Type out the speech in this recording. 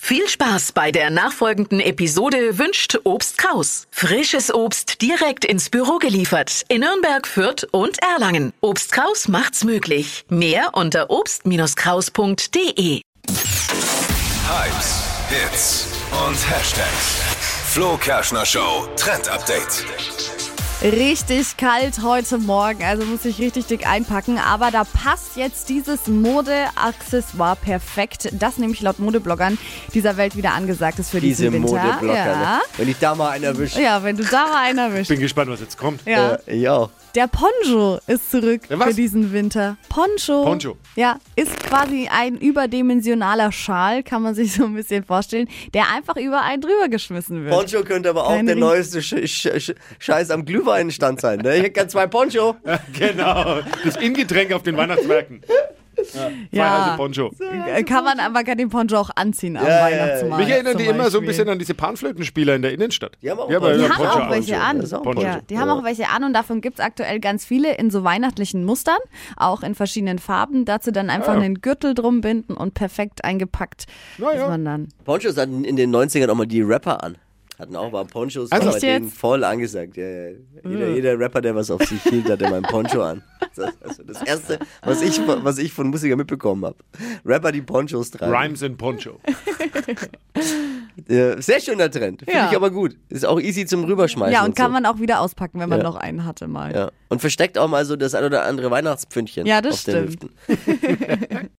Viel Spaß bei der nachfolgenden Episode wünscht Obst Kraus. Frisches Obst direkt ins Büro geliefert in Nürnberg, Fürth und Erlangen. Obst Kraus macht's möglich. Mehr unter obst-kraus.de. Hypes, Hits und Hashtags. Flo Kerschner Show Trend Update. Richtig kalt heute Morgen, also muss ich richtig dick einpacken. Aber da passt jetzt dieses Mode-Accessoire perfekt, das nämlich laut Modebloggern dieser Welt wieder angesagt ist für diesen Winter. Diese Modeblocker, ja. ne? Wenn ich da mal einen erwische. Ja, wenn du da mal einen erwischst. Bin gespannt, was jetzt kommt. Ja. Ich auch. Der Poncho ist zurück Was? für diesen Winter. Poncho. Ja, ist quasi ein überdimensionaler Schal, kann man sich so ein bisschen vorstellen, der einfach über einen drüber geschmissen wird. Poncho könnte aber auch Kleine der neueste Scheiß am Glühweinstand sein. Ne? Ich hätte gern 2 Poncho. Genau, das Ingetränk auf den Weihnachtsmärkten. Ja. Poncho. Man kann den Poncho auch anziehen am Ja, Weihnachtsmarkt. Mich erinnern zum die immer so ein Beispiel. bisschen an diese Panflötenspieler in der Innenstadt. Die haben auch, Ja, aber Die ja, haben Poncho auch welche an. Das ist auch ein Poncho. Ja, die haben auch welche an und davon gibt es aktuell ganz viele in so weihnachtlichen Mustern, auch in verschiedenen Farben. Dazu dann einfach einen Gürtel drum binden und perfekt eingepackt ist man dann. Ponchos hatten in den 90ern auch mal die Rapper an. Hatten auch mal Ponchos, Also war bei Echt denen jetzt? voll angesagt. Ja. Jeder Rapper, der was auf sich hielt, hatte mal ein Poncho an. Das ist das Erste, was ich von Musikern mitbekommen habe. Rapper, die Ponchos tragen. Rhymes in Poncho. Sehr schöner Trend, finde Ja. ich aber gut. Ist auch easy zum Rüberschmeißen. Ja, und kann so. man auch wieder auspacken, wenn man Ja. noch einen hatte mal. Ja. Und versteckt auch mal so das ein oder andere Weihnachtspfündchen Ja, das auf den stimmt. Hüften.